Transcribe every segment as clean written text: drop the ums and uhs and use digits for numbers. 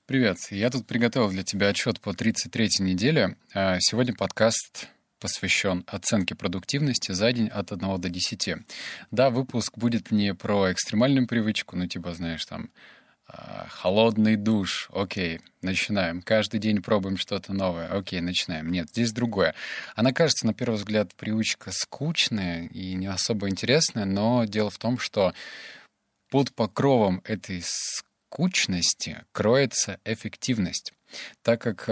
Привет, я тут приготовил для тебя отчет по 33-й неделе. Сегодня подкаст посвящен оценке продуктивности за день от 1 до 10. Да, выпуск будет не про экстремальную привычку, ну типа, знаешь, там, холодный душ, окей, начинаем. Каждый день пробуем что-то новое, окей, начинаем. Нет, здесь другое. Она кажется, на первый взгляд, привычка скучная и не особо интересная, но дело в том, что под покровом этой скучности кроется эффективность. Так как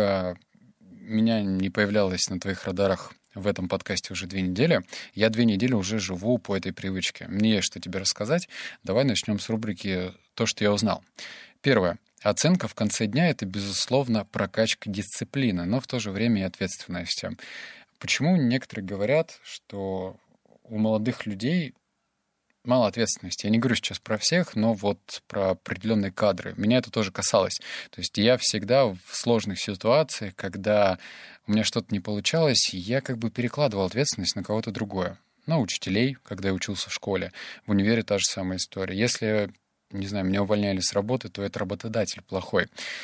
меня не появлялось на твоих радарах в этом подкасте уже 2 недели, я 2 недели уже живу по этой привычке. Мне есть что тебе рассказать. Давай начнем с рубрики «То, что я узнал». Первое. Оценка в конце дня — это, безусловно, прокачка дисциплины, но в то же время и ответственности. Почему некоторые говорят, что у молодых людей мало ответственности? Я не говорю сейчас про всех, но вот про определенные кадры. Меня это тоже касалось. То есть я всегда в сложных ситуациях, когда у меня что-то не получалось, я как бы перекладывал ответственность на кого-то другое. На учителей, когда я учился в школе. В универе та же самая история. Если, не знаю, меня увольняли с работы, то это работодатель плохой.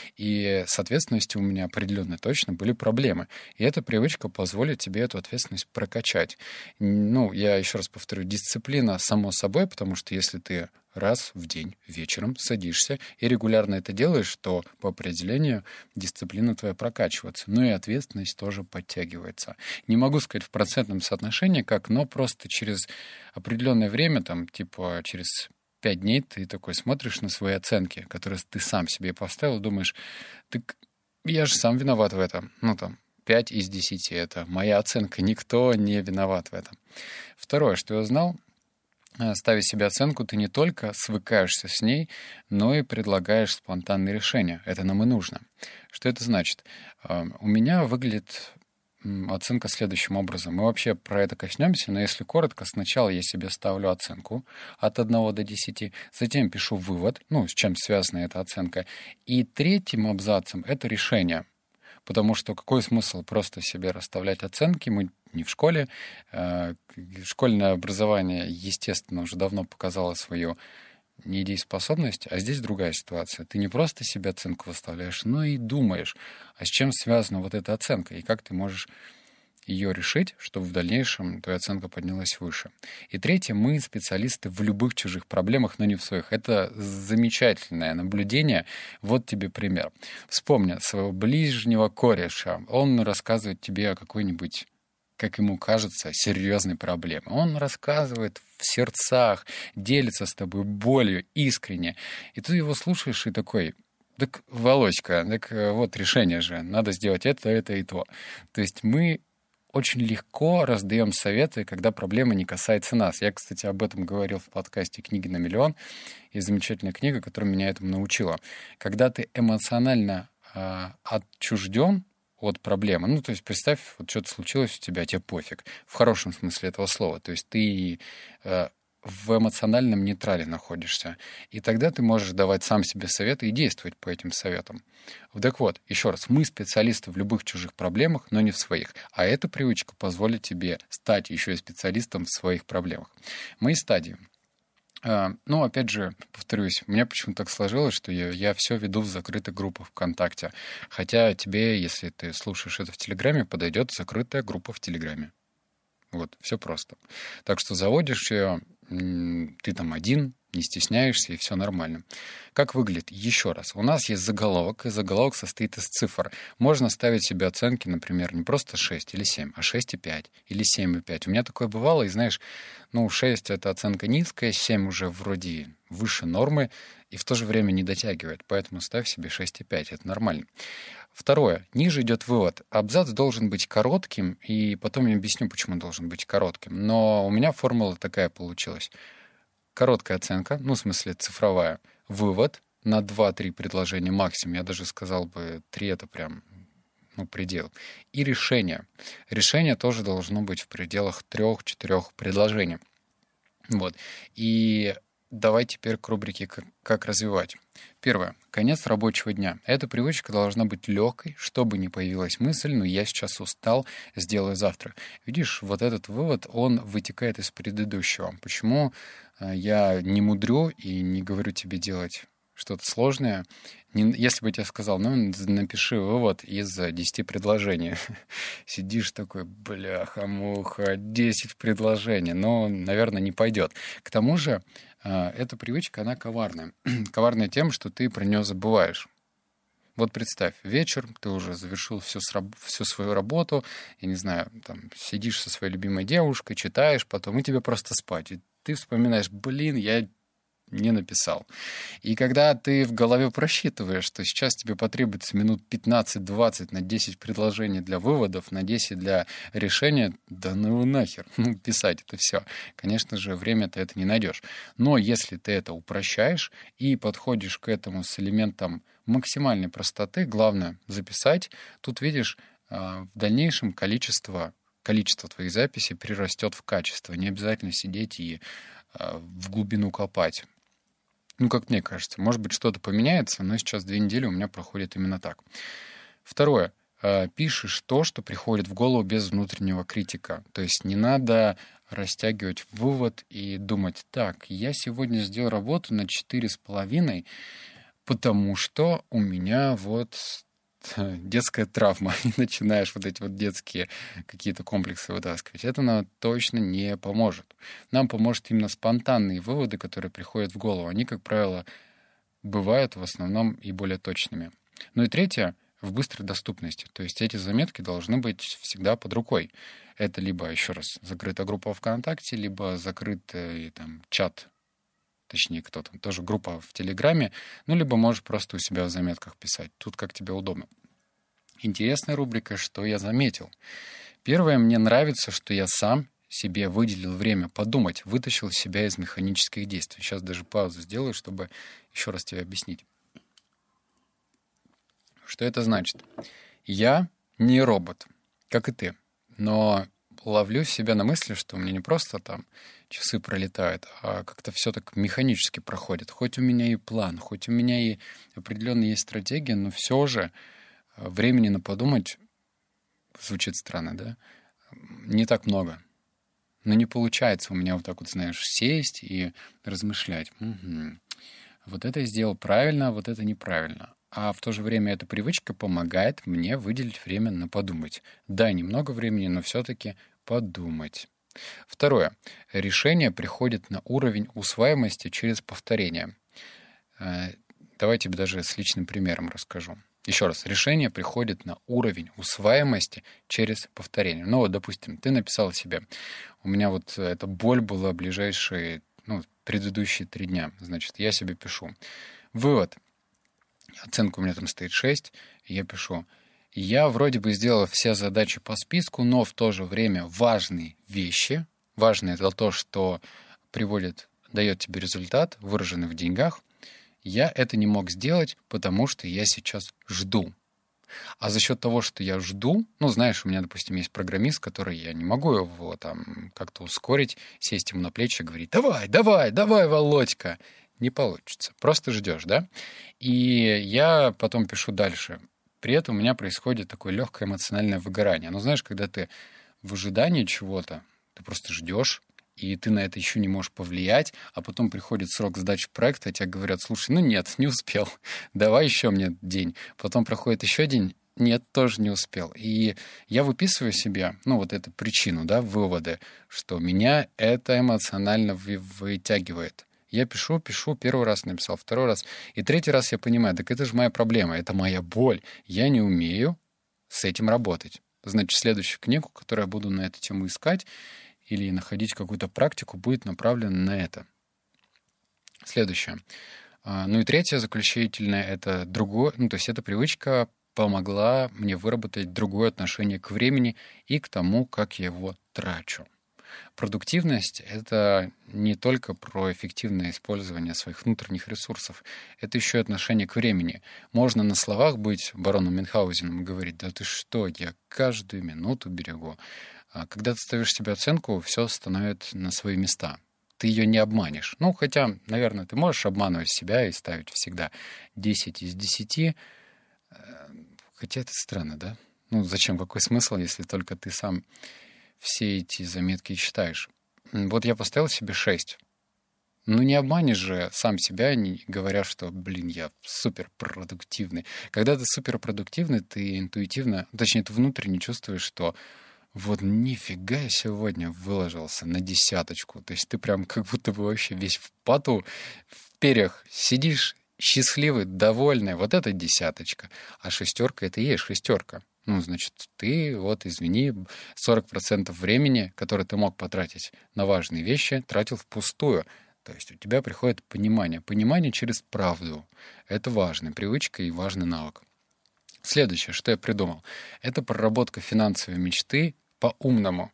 И с ответственностью у меня определенно точно были проблемы. И эта привычка позволит тебе эту ответственность прокачать. Ну, я еще раз повторю, дисциплина само собой, потому что если ты раз в день вечером садишься и регулярно это делаешь, то по определению дисциплина твоя прокачивается. Ну и ответственность тоже подтягивается. Не могу сказать в процентном соотношении как, но просто через определенное время, там, типа через 5 дней ты такой смотришь на свои оценки, которые ты сам себе поставил, думаешь, так я же сам виноват в этом. Ну, там, 5 из 10 — это моя оценка, никто не виноват в этом. Второе, что я узнал, ставя себе оценку, ты не только свыкаешься с ней, но и предлагаешь спонтанные решения. Это нам и нужно. Что это значит? У меня выглядит оценка следующим образом. Мы вообще про это коснемся, но если коротко, сначала я себе ставлю оценку от 1 до 10, затем пишу вывод, ну, с чем связана эта оценка, и третьим абзацем — это решение. Потому что какой смысл просто себе расставлять оценки? Мы не в школе. Школьное образование, естественно, уже давно показало свою недееспособность, а здесь другая ситуация. Ты не просто себе оценку выставляешь, но и думаешь, а с чем связана вот эта оценка, и как ты можешь ее решить, чтобы в дальнейшем твоя оценка поднялась выше. И третье, мы специалисты в любых чужих проблемах, но не в своих. Это замечательное наблюдение. Вот тебе пример. Вспомни своего ближнего кореша. Он рассказывает тебе о какой-нибудь, как ему кажется, серьезной проблеме. Он рассказывает в сердцах, делится с тобой болью искренне. И ты его слушаешь и такой: так, Володька, так вот решение же, надо сделать это и то. То есть мы очень легко раздаем советы, когда проблема не касается нас. Я, кстати, об этом говорил в подкасте «Книги на миллион». Есть замечательная книга, которая меня этому научила. Когда ты эмоционально отчужден от проблемы, ну, то есть представь, вот что-то случилось у тебя, тебе пофиг, в хорошем смысле этого слова. То есть ты в эмоциональном нейтрале находишься. И тогда ты можешь давать сам себе советы и действовать по этим советам. Так вот, еще раз, мы специалисты в любых чужих проблемах, но не в своих. А эта привычка позволит тебе стать еще и специалистом в своих проблемах. Мои стадии. Ну, опять же, повторюсь, у меня почему-то так сложилось, что я все веду в закрытой группе ВКонтакте. Хотя тебе, если ты слушаешь это в Телеграме, подойдет закрытая группа в Телеграме. Вот, все просто. Так что заводишь ее, ты там один, не стесняешься, и все нормально. Как выглядит? Еще раз. У нас есть заголовок, и заголовок состоит из цифр. Можно ставить себе оценки, например, не просто 6 или 7, а 6,5 или 7,5. У меня такое бывало, и знаешь, 6 — это оценка низкая, 7 уже вроде выше нормы, и в то же время не дотягивает. Поэтому ставь себе 6,5, это нормально. Второе. Ниже идет вывод. Абзац должен быть коротким, и потом я объясню, почему он должен быть коротким. Но у меня формула такая получилась. Короткая оценка, в смысле цифровая, вывод на 2-3 предложения максимум, я даже сказал бы 3 — это прям, предел. И решение. Решение тоже должно быть в пределах 3-4 предложений. Вот. И давай теперь к рубрике «Как развивать». Первое. Конец рабочего дня. Эта привычка должна быть легкой, чтобы не появилась мысль: я сейчас устал, сделаю завтра. Видишь, вот этот вывод, он вытекает из предыдущего. Почему я не мудрю и не говорю тебе делать что-то сложное, если бы я тебе сказал, напиши вывод из 10 предложений. Сидишь такой, бляха-муха, 10 предложений. Наверное, не пойдет. К тому же, эта привычка, она коварная. Коварная тем, что ты про нее забываешь. Вот представь, вечер, ты уже завершил всю свою работу, я не знаю, там, сидишь со своей любимой девушкой, читаешь, потом и тебе просто спать. И ты вспоминаешь, я не написал. И когда ты в голове просчитываешь, что сейчас тебе потребуется минут 15-20 на 10 предложений для выводов, на 10 для решения, да нахер, писать это все. Конечно же, время ты это не найдешь. Но если ты это упрощаешь и подходишь к этому с элементом максимальной простоты, главное записать, тут видишь, в дальнейшем количество твоих записей прирастет в качество. Не обязательно сидеть и в глубину копать. Как мне кажется. Может быть, что-то поменяется, но сейчас 2 недели у меня проходит именно так. Второе. Пишешь то, что приходит в голову без внутреннего критика. То есть не надо растягивать вывод и думать, так, я сегодня сделал работу на 4,5, потому что у меня детская травма, и начинаешь вот эти вот детские какие-то комплексы вытаскивать. Это нам точно не поможет. Нам поможет именно спонтанные выводы, которые приходят в голову. Они, как правило, бывают в основном и более точными. И третье, в быстрой доступности. То есть эти заметки должны быть всегда под рукой. Это либо, еще раз, закрытая группа ВКонтакте, либо закрытый чат, точнее, кто там, тоже группа в Телеграме, либо можешь просто у себя в заметках писать. Тут как тебе удобно. Интересная рубрика «Что я заметил?». Первое, мне нравится, что я сам себе выделил время подумать, вытащил себя из механических действий. Сейчас даже паузу сделаю, чтобы еще раз тебе объяснить. Что это значит? Я не робот, как и ты, но ловлю себя на мысли, что у меня не просто там часы пролетают, а как-то все так механически проходит. Хоть у меня и план, хоть у меня и определенная есть стратегия, но все же времени на подумать, звучит странно, да, не так много. Но не получается у меня вот так вот, знаешь, сесть и размышлять. Вот это я сделал правильно, а вот это неправильно. А в то же время эта привычка помогает мне выделить время на подумать. Да, немного времени, но все-таки подумать. Второе. Решение приходит на уровень усваиваемости через повторение. Давай тебе даже с личным примером расскажу. Еще раз. Решение приходит на уровень усваиваемости через повторение. Допустим, ты написал себе. У меня эта боль была ближайшие, предыдущие 3 дня. Значит, я себе пишу. Вывод. Оценка у меня там стоит 6. И я пишу. Я вроде бы сделал все задачи по списку, но в то же время важные вещи, важное это то, что дает тебе результат, выраженный в деньгах, я это не мог сделать, потому что я сейчас жду. А за счет того, что я жду, знаешь, у меня, допустим, есть программист, который я не могу его там как-то ускорить, сесть ему на плечи и говорить: давай, Володька. Не получится. Просто ждешь, да? И я потом пишу дальше. При этом у меня происходит такое легкое эмоциональное выгорание. Знаешь, когда ты в ожидании чего-то, ты просто ждешь, и ты на это еще не можешь повлиять, а потом приходит срок сдачи проекта, и тебе говорят: слушай, нет, не успел, давай еще мне день. Потом проходит еще день, нет, тоже не успел. И я выписываю себе, эту причину, да, выводы, что меня это эмоционально вытягивает. Я пишу, первый раз написал, второй раз. И третий раз я понимаю, так это же моя проблема, это моя боль. Я не умею с этим работать. Значит, следующую книгу, которую я буду на эту тему искать или находить какую-то практику, будет направлена на это. Следующее. И третье, заключительное, это другое, то есть эта привычка помогла мне выработать другое отношение к времени и к тому, как я его трачу. Продуктивность — это не только про эффективное использование своих внутренних ресурсов, это еще и отношение к времени. Можно на словах быть бароном Мюнхгаузеном и говорить: да ты что, я каждую минуту берегу. А когда ты ставишь себе оценку, все становится на свои места. Ты ее не обманешь. Хотя, наверное, ты можешь обманывать себя и ставить всегда 10 из 10. Хотя это странно, да? Зачем? Какой смысл, если только ты сам все эти заметки читаешь? Я поставил себе 6. Ну, не обманешь же сам себя, говоря, что, я суперпродуктивный. Когда ты суперпродуктивный, ты интуитивно, точнее, ты внутренне чувствуешь, что вот нифига я сегодня выложился на 10. То есть ты прям как будто бы вообще весь в поту, в перьях сидишь, счастливый, довольный. Вот это 10. А 6 — это и есть 6. Ну, значит, ты, извини, 40% времени, которое ты мог потратить на важные вещи, тратил впустую. То есть у тебя приходит понимание. Понимание через правду. Это важная привычка и важный навык. Следующее, что я придумал, это проработка финансовой мечты по-умному.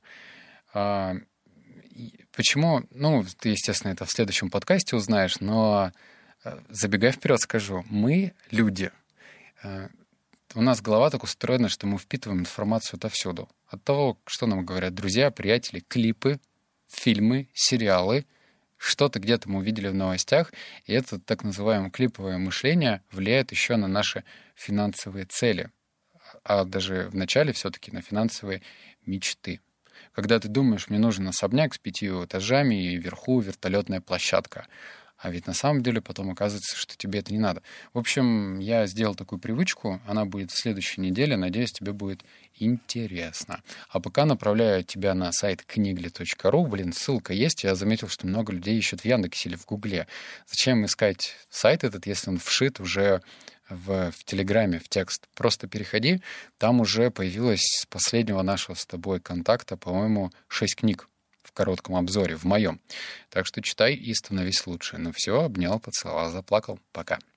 Почему? Ну, ты, естественно, это в следующем подкасте узнаешь, но забегая вперед, скажу. Мы, люди, у нас голова так устроена, что мы впитываем информацию отовсюду. От того, что нам говорят друзья, приятели, клипы, фильмы, сериалы, что-то где-то мы увидели в новостях, и это так называемое клиповое мышление влияет еще на наши финансовые цели, а даже в начале все-таки на финансовые мечты. Когда ты думаешь, мне нужен особняк с 5 этажами и вверху вертолетная площадка, а ведь на самом деле потом оказывается, что тебе это не надо. В общем, я сделал такую привычку, она будет в следующей неделе, надеюсь, тебе будет интересно. А пока направляю тебя на сайт knigli.ru, ссылка есть, я заметил, что много людей ищут в Яндексе или в Гугле. Зачем искать сайт этот, если он вшит уже в Телеграме, в текст? Просто переходи, там уже появилось с последнего нашего с тобой контакта, по-моему, 6 книг в коротком обзоре, в моем. Так что читай и становись лучше. Ну все, обнял, поцеловал, заплакал. Пока.